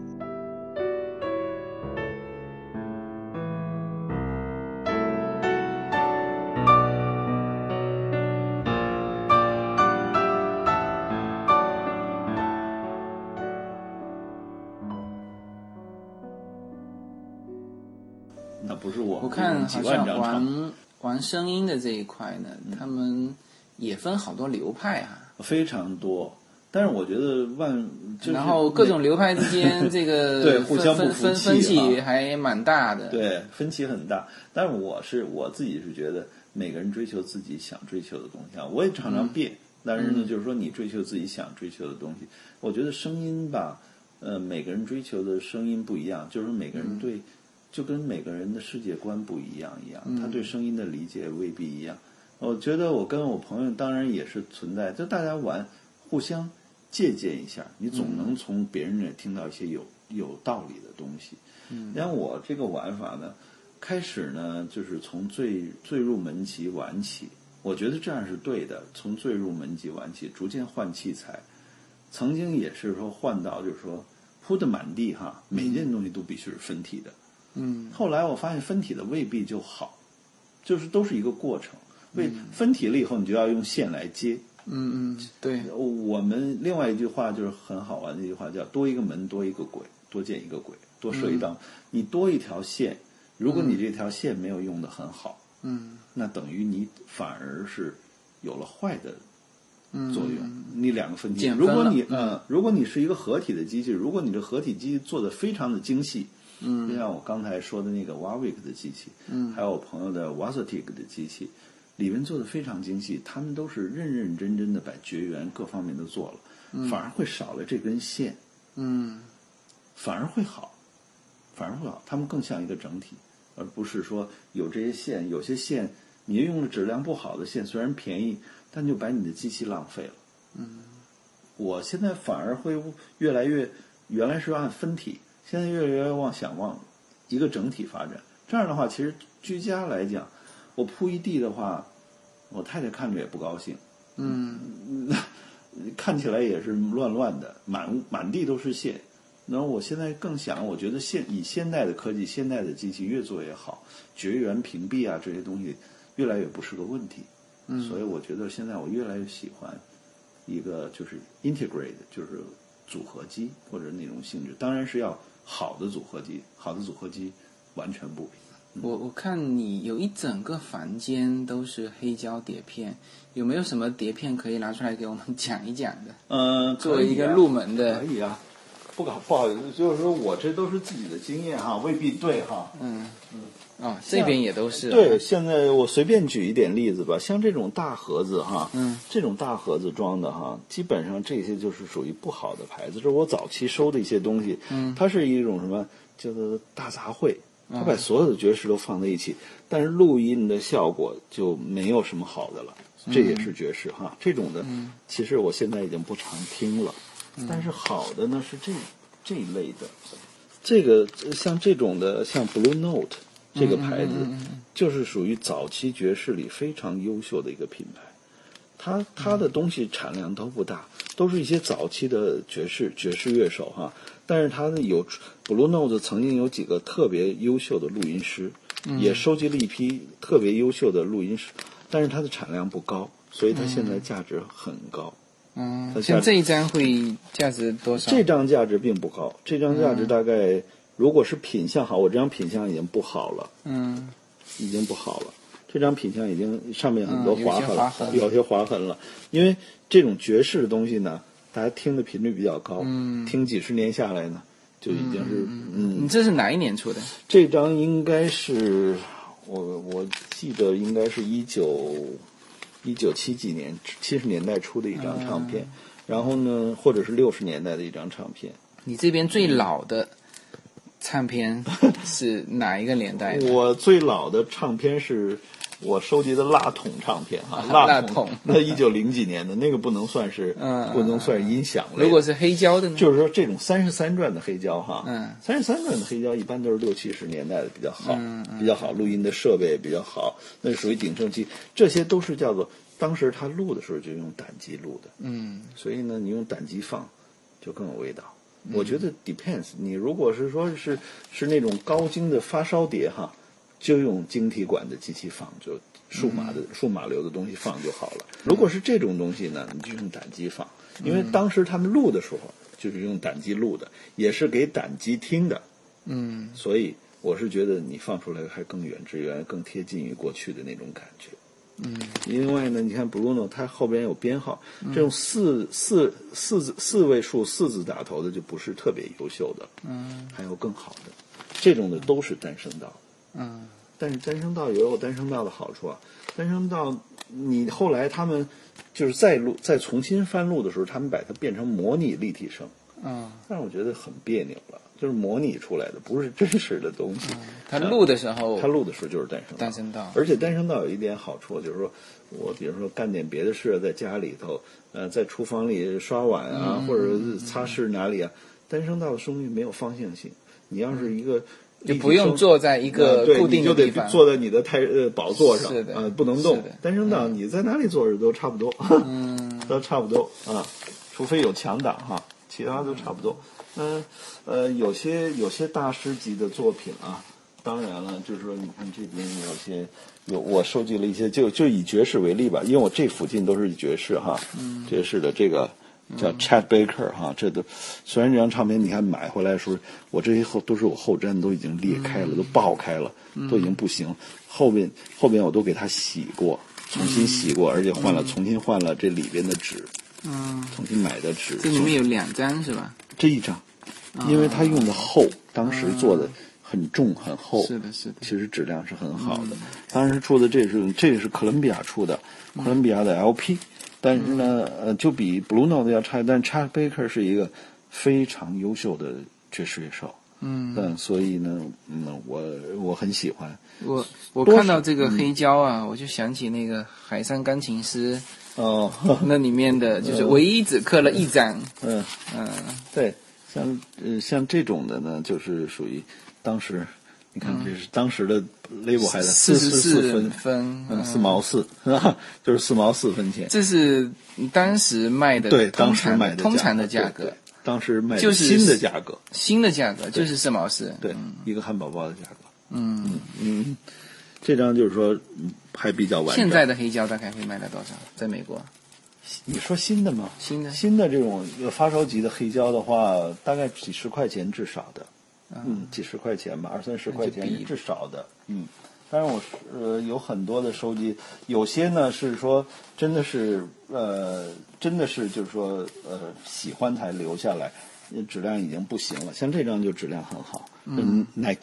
S3: 那不是我
S1: 看
S3: 几
S1: 好像
S3: 万张唱
S1: 玩声音的这一块呢，他们也分好多流派啊，
S3: 非常多。但是我觉得就是
S1: 然后各种流派之间这个
S3: 对互相不服气
S1: 分歧还蛮大的，
S3: 对，分歧很大。但是我自己是觉得每个人追求自己想追求的东西啊，我也常常辩。但是呢，就是说你追求自己想追求的东西，我觉得声音吧，每个人追求的声音不一样，就是每个人对。就跟每个人的世界观不一样，他对声音的理解未必一样。我觉得我跟我朋友当然也是存在，就大家玩，互相借鉴一下，你总能从别人那听到一些有道理的东西。像我这个玩法呢，开始呢就是从最入门级玩起，我觉得这样是对的，从最入门级玩起，逐渐换器材。曾经也是说换到就是说铺的满地哈，每件东西都必须是分体的。后来我发现分体的未必就好，就是都是一个过程。分体了以后，你就要用线来接。
S1: 对。
S3: 我们另外一句话就是很好玩的一句话，叫多一个门多一个鬼，多建一个鬼，多设一道。你多一条线，如果你这条线没有用得很好，那等于你反而是有了坏的作用。你两个分体，如果你是一个合体的机器，如果你的合体机器做得非常的精细。就像我刚才说的那个 Warwick 的机器，还有我朋友的 Wasotic 的机器，里面做的非常精细，他们都是认认真真的把绝缘各方面都做了，反而会少了这根线，反而会好，他们更像一个整体，而不是说有这些线，有些线你用了质量不好的线，虽然便宜，但就把你的机器浪费了。我现在反而会越来越，原来是按分体。现在越来越往一个整体发展，这样的话，其实居家来讲，我铺一地的话，我太太看着也不高兴，看起来也是乱乱的，满地都是线。然后我现在更想，我觉得以现代的科技、现代的机器越做越好，绝缘屏蔽啊这些东西越来越不是个问题。所以我觉得现在我越来越喜欢一个就是 integrate， 就是组合机或者那种性质，当然是要好的组合机完全不比。
S1: 我看你有一整个房间都是黑胶碟片，有没有什么碟片可以拿出来给我们讲一讲的？作为一个入门的。
S3: 可以啊，不好意思，就是说我这都是自己的经验哈，未必对哈。
S1: 这边也都是。
S3: 对，现在我随便举一点例子吧，像这种大盒子哈，这种大盒子装的哈，基本上这些就是属于不好的牌子。这是我早期收的一些东西，它是一种什么叫做大杂烩，它把所有的爵士都放在一起，但是录音的效果就没有什么好的了。这也是爵士哈，这种的其实我现在已经不常听了，但是好的呢是这一类的，这个像这种的，像 Blue Note。这个牌子就是属于早期爵士里非常优秀的一个品牌，它的东西产量都不大，都是一些早期的爵士乐手哈。但是它有 Blue Note 曾经有几个特别优秀的录音师，也收集了一批特别优秀的录音师，但是它的产量不高，所以它现在价值很高。
S1: 像这一张会价值多少？
S3: 这张价值并不高，这张价值大概。如果是品相好，我这张品相已经不好了，已经不好了。这张品相已经上面很多划痕了，有些划痕了。因为这种爵士的东西呢，大家听的频率比较高，听几十年下来呢，就已经是
S1: 你这是哪一年出的？
S3: 这张应该是我记得应该是1970几年70年代出的一张唱片，然后呢，或者是60年代的一张唱片。
S1: 你这边最老的唱片是哪一个年代的？
S3: 我最老的唱片是我收集的蜡筒唱片哈，
S1: 蜡筒
S3: 那1900几年的那个不能算是音响类。
S1: 如果是黑胶的呢？
S3: 就是说这种33转的黑胶哈，33转的黑胶一般都是60、70年代的比较好，比较好，录音的设备比较好，那是属于鼎盛期。这些都是叫做当时他录的时候就用胆机录的，所以呢，你用胆机放， 就更有味道。我觉得 depends， 你如果是说是那种高精的发烧碟哈，就用晶体管的机器放，就数码流的东西放就好了。如果是这种东西呢，你就用胆机放，因为当时他们录的时候就是用胆机录的，也是给胆机听的，所以我是觉得你放出来还更原汁原味，更贴近于过去的那种感觉。另外呢，你看 Bruno 它后边有编号，这种四位数四字打头的就不是特别优秀的，还有更好的，这种的都是单声道，但是单声道也有单声道的好处啊，单声道你后来他们就是再重新翻录的时候，他们把它变成模拟立体声，但是我觉得很别扭了，就是模拟出来的，不是真实的东西。
S1: 他录的时候
S3: 就是单声道，
S1: 道，
S3: 而且单声道有一点好处，就是说我比如说干点别的事，在家里头，在厨房里刷碗啊，或者擦拭哪里啊，单声道的声音没有方向性。你要是一个
S1: 就不用坐在一个固定的地方，
S3: 你就得坐在你的宝座上，不能动。
S1: 是的
S3: 单声道你在哪里坐着都差不多，都差不多啊，除非有强档哈，其他都差不多。有些大师级的作品啊，当然了，就是说你看这边我收集了一些，就以爵士为例吧，因为我这附近都是爵士哈，爵士的这个叫 Chet Baker 哈，这都虽然这张唱片你看买回来的时候，我这些都是我后粘都已经裂开了，都爆开了，都已经不行，后边我都给它洗过，重新洗过，而且重新换了这里边的纸，重新买的纸。
S1: 这里面有2张是吧？
S3: 这一张，因为它用的厚，当时做的很重很厚，
S1: 是的，
S3: 其实质量是很好的。当时出的这是哥伦比亚出的，哥伦比亚的 LP，但是呢，就比 Blue Note 要差，但 Chet Baker 是一个非常优秀的爵士乐手，所以呢，我很喜欢。
S1: 我看到这个黑胶啊，我就想起那个海上钢琴师。那里面的就是唯一只刻了1张。
S3: 对，像这种的呢，就是属于当时，你看这是当时的 label 还在44分，4毛4，就是4毛4分钱。
S1: 这是当时卖的，
S3: 对，当时卖的
S1: 通常的价格。
S3: 当时卖
S1: 就是
S3: 新的价格，
S1: 就是4毛4，
S3: 对，一个汉堡包的价格。这张就是说还比较完整。
S1: 现在的黑胶大概会卖到多少？在美国？
S3: 你说新的吗？
S1: 新的
S3: 这种发烧级的黑胶的话，大概几十块钱至少的，几十块钱吧，20-30块钱至少的，当然我有很多的收集，有些呢是说真的是就是说喜欢才留下来，质量已经不行了。像这张就质量很好，Nat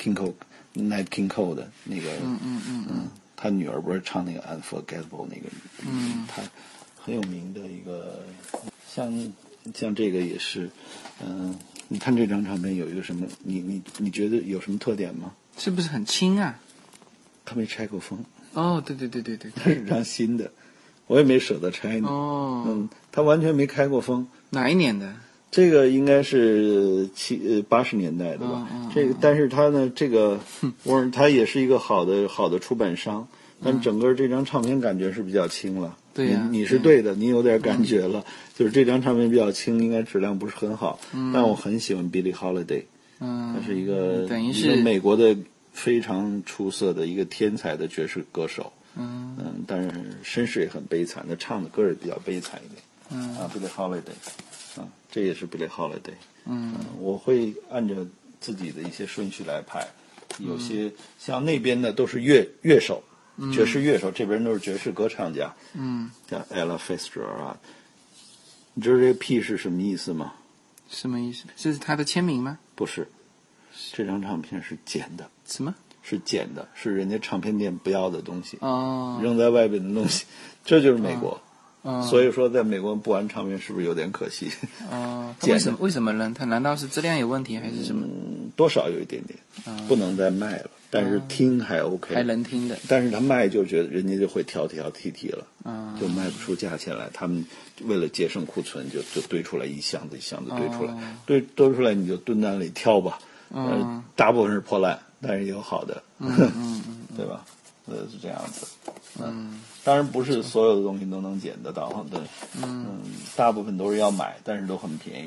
S3: King Cole 的那个，他女儿不是唱那个 Unforgettable 那个，他很有名的一个，像这个也是，你看这张唱片有一个什么，你觉得有什么特点吗？
S1: 是不是很轻啊？
S3: 他没拆过封。
S1: 对，
S3: 它是张新的，我也没舍得拆呢。他完全没开过封。
S1: 哪一年的？
S3: 这个应该是80年代的吧。这个，但是他呢，这个他也是一个好的出版商，但整个这张唱片感觉是比较轻了。
S1: 对呀，
S3: 你是对的，你有点感觉了，就是这张唱片比较轻，应该质量不是很好。但我很喜欢 Billie Holiday，他是一个
S1: 等于是
S3: 美国的非常出色的一个天才的爵士歌手。但是身世也很悲惨，他唱的歌也比较悲惨一点。Billie Holiday，这也是 Billie Holiday。我会按照自己的一些顺序来排，有些像那边的都是乐手。爵士乐手，这边都是爵士歌唱家，像 Ella Fitzgerald。你知道这个 P 是什么意思吗？
S1: 什么意思？这是他的签名吗？
S3: 不是，这张唱片是捡的。
S1: 什么？
S3: 是捡的，是人家唱片店不要的东西，扔在外边的东西，这就是美国。所以说，在美国不玩唱片是不是有点可惜？
S1: 为什么扔？它难道是质量有问题还是什么？
S3: 多少有一点点，不能再卖了。但是听还 OK，
S1: 还能听的。
S3: 但是他卖就觉得人家就会挑剔了，就卖不出价钱来。他们为了节省库存，就堆出来一箱子一箱子堆出来，堆出来你就蹲那里挑吧。大部分是破烂，但是也有好的，对吧？是这样子。当然不是所有的东西都能捡得到的，大部分都是要买，但是都很便宜。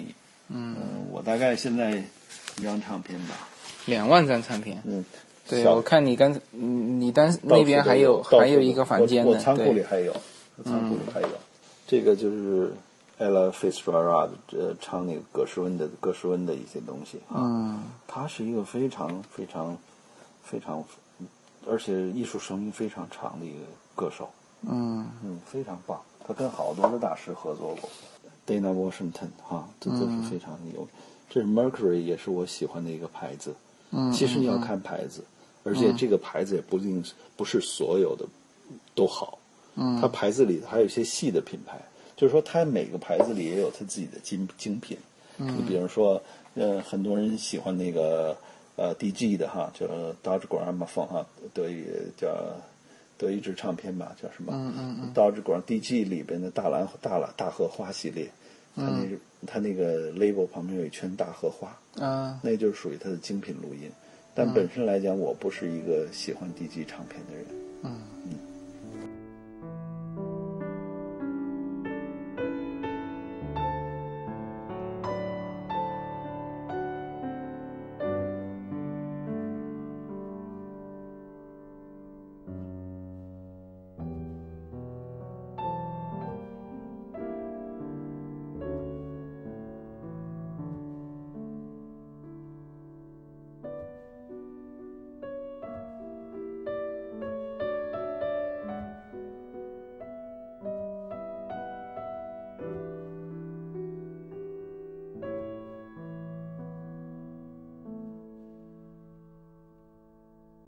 S3: 我大概现在一张唱片吧。
S1: 2万张唱片。对，
S3: 小
S1: 我看你你那边还有一个房间呢。
S3: 我仓库里还有，这个就是 Ella Fitzgerald 唱那个葛诗温的一些东西啊。他是一个非常非常非常，而且艺术生命非常长的一个歌手。非常棒。他跟好多的大师合作过 ，Dana Washington 这都是非常有。这是 Mercury， 也是我喜欢的一个牌子。其实你要看牌子，而且这个牌子也不是所有的都好。它牌子里还有一些细的品牌，就是说它每个牌子里也有它自己的精品。你比如说，很多人喜欢那个DG 的叫 Dodge Gramophone 德语叫德意志唱片吧，叫什么？Dodge DG 里边的大荷花系列，它那个 label 旁边有一圈大荷花，那就是属于它的精品录音。但本身来讲，我不是一个喜欢 DG 唱片的人。